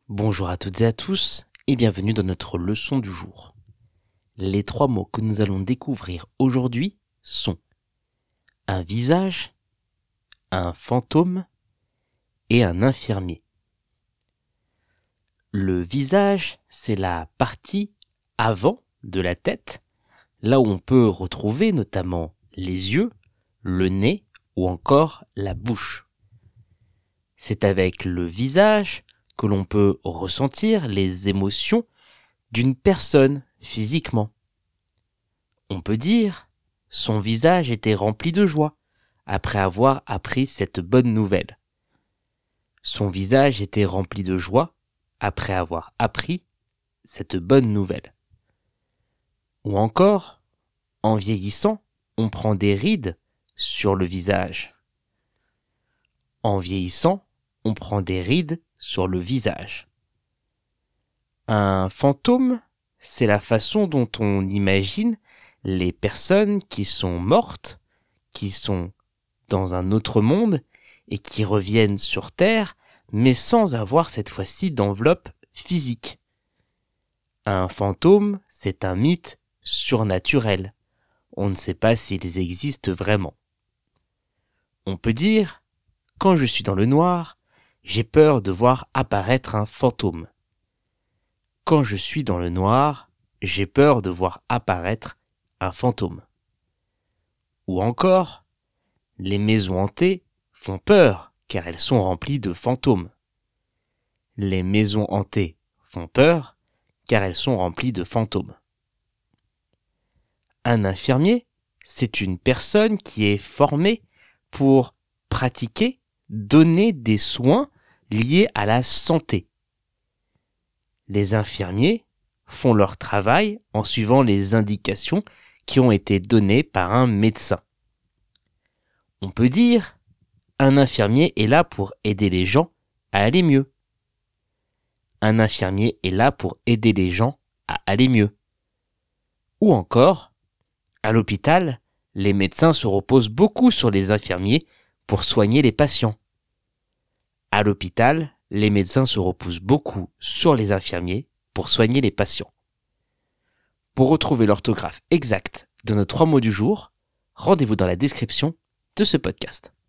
Bonjour à toutes et à tous et bienvenue dans notre leçon du jour. Les 3 mots que nous allons découvrir aujourd'hui sont un visage, un fantôme et un infirmier. Le visage, c'est la partie avant de la tête, là où on peut retrouver notamment les yeux, le nez ou encore la bouche. C'est avec le visage que l'on peut ressentir les émotions d'une personne physiquement. On peut dire, son visage était rempli de joie après avoir appris cette bonne nouvelle. Son visage était rempli de joie après avoir appris cette bonne nouvelle. Ou encore, en vieillissant, on prend des rides sur le visage. En vieillissant, on prend des rides sur le visage. Un fantôme, c'est la façon dont on imagine les personnes qui sont mortes, qui sont dans un autre monde et qui reviennent sur Terre, mais sans avoir cette fois-ci d'enveloppe physique. Un fantôme, c'est un mythe surnaturel. On ne sait pas s'ils existent vraiment. On peut dire, quand je suis dans le noir, j'ai peur de voir apparaître un fantôme. Quand je suis dans le noir, j'ai peur de voir apparaître un fantôme. Ou encore, les maisons hantées font peur car elles sont remplies de fantômes. Les maisons hantées font peur car elles sont remplies de fantômes. Un infirmier, c'est une personne qui est formée pour pratiquer, donner des soins liés à la santé. Les infirmiers font leur travail en suivant les indications qui ont été données par un médecin. On peut dire, un infirmier est là pour aider les gens à aller mieux. Un infirmier est là pour aider les gens à aller mieux. Ou encore, à l'hôpital, les médecins se reposent beaucoup sur les infirmiers pour soigner les patients. À l'hôpital, les médecins se reposent beaucoup sur les infirmiers pour soigner les patients. Pour retrouver l'orthographe exacte de nos 3 mots du jour, rendez-vous dans la description de ce podcast.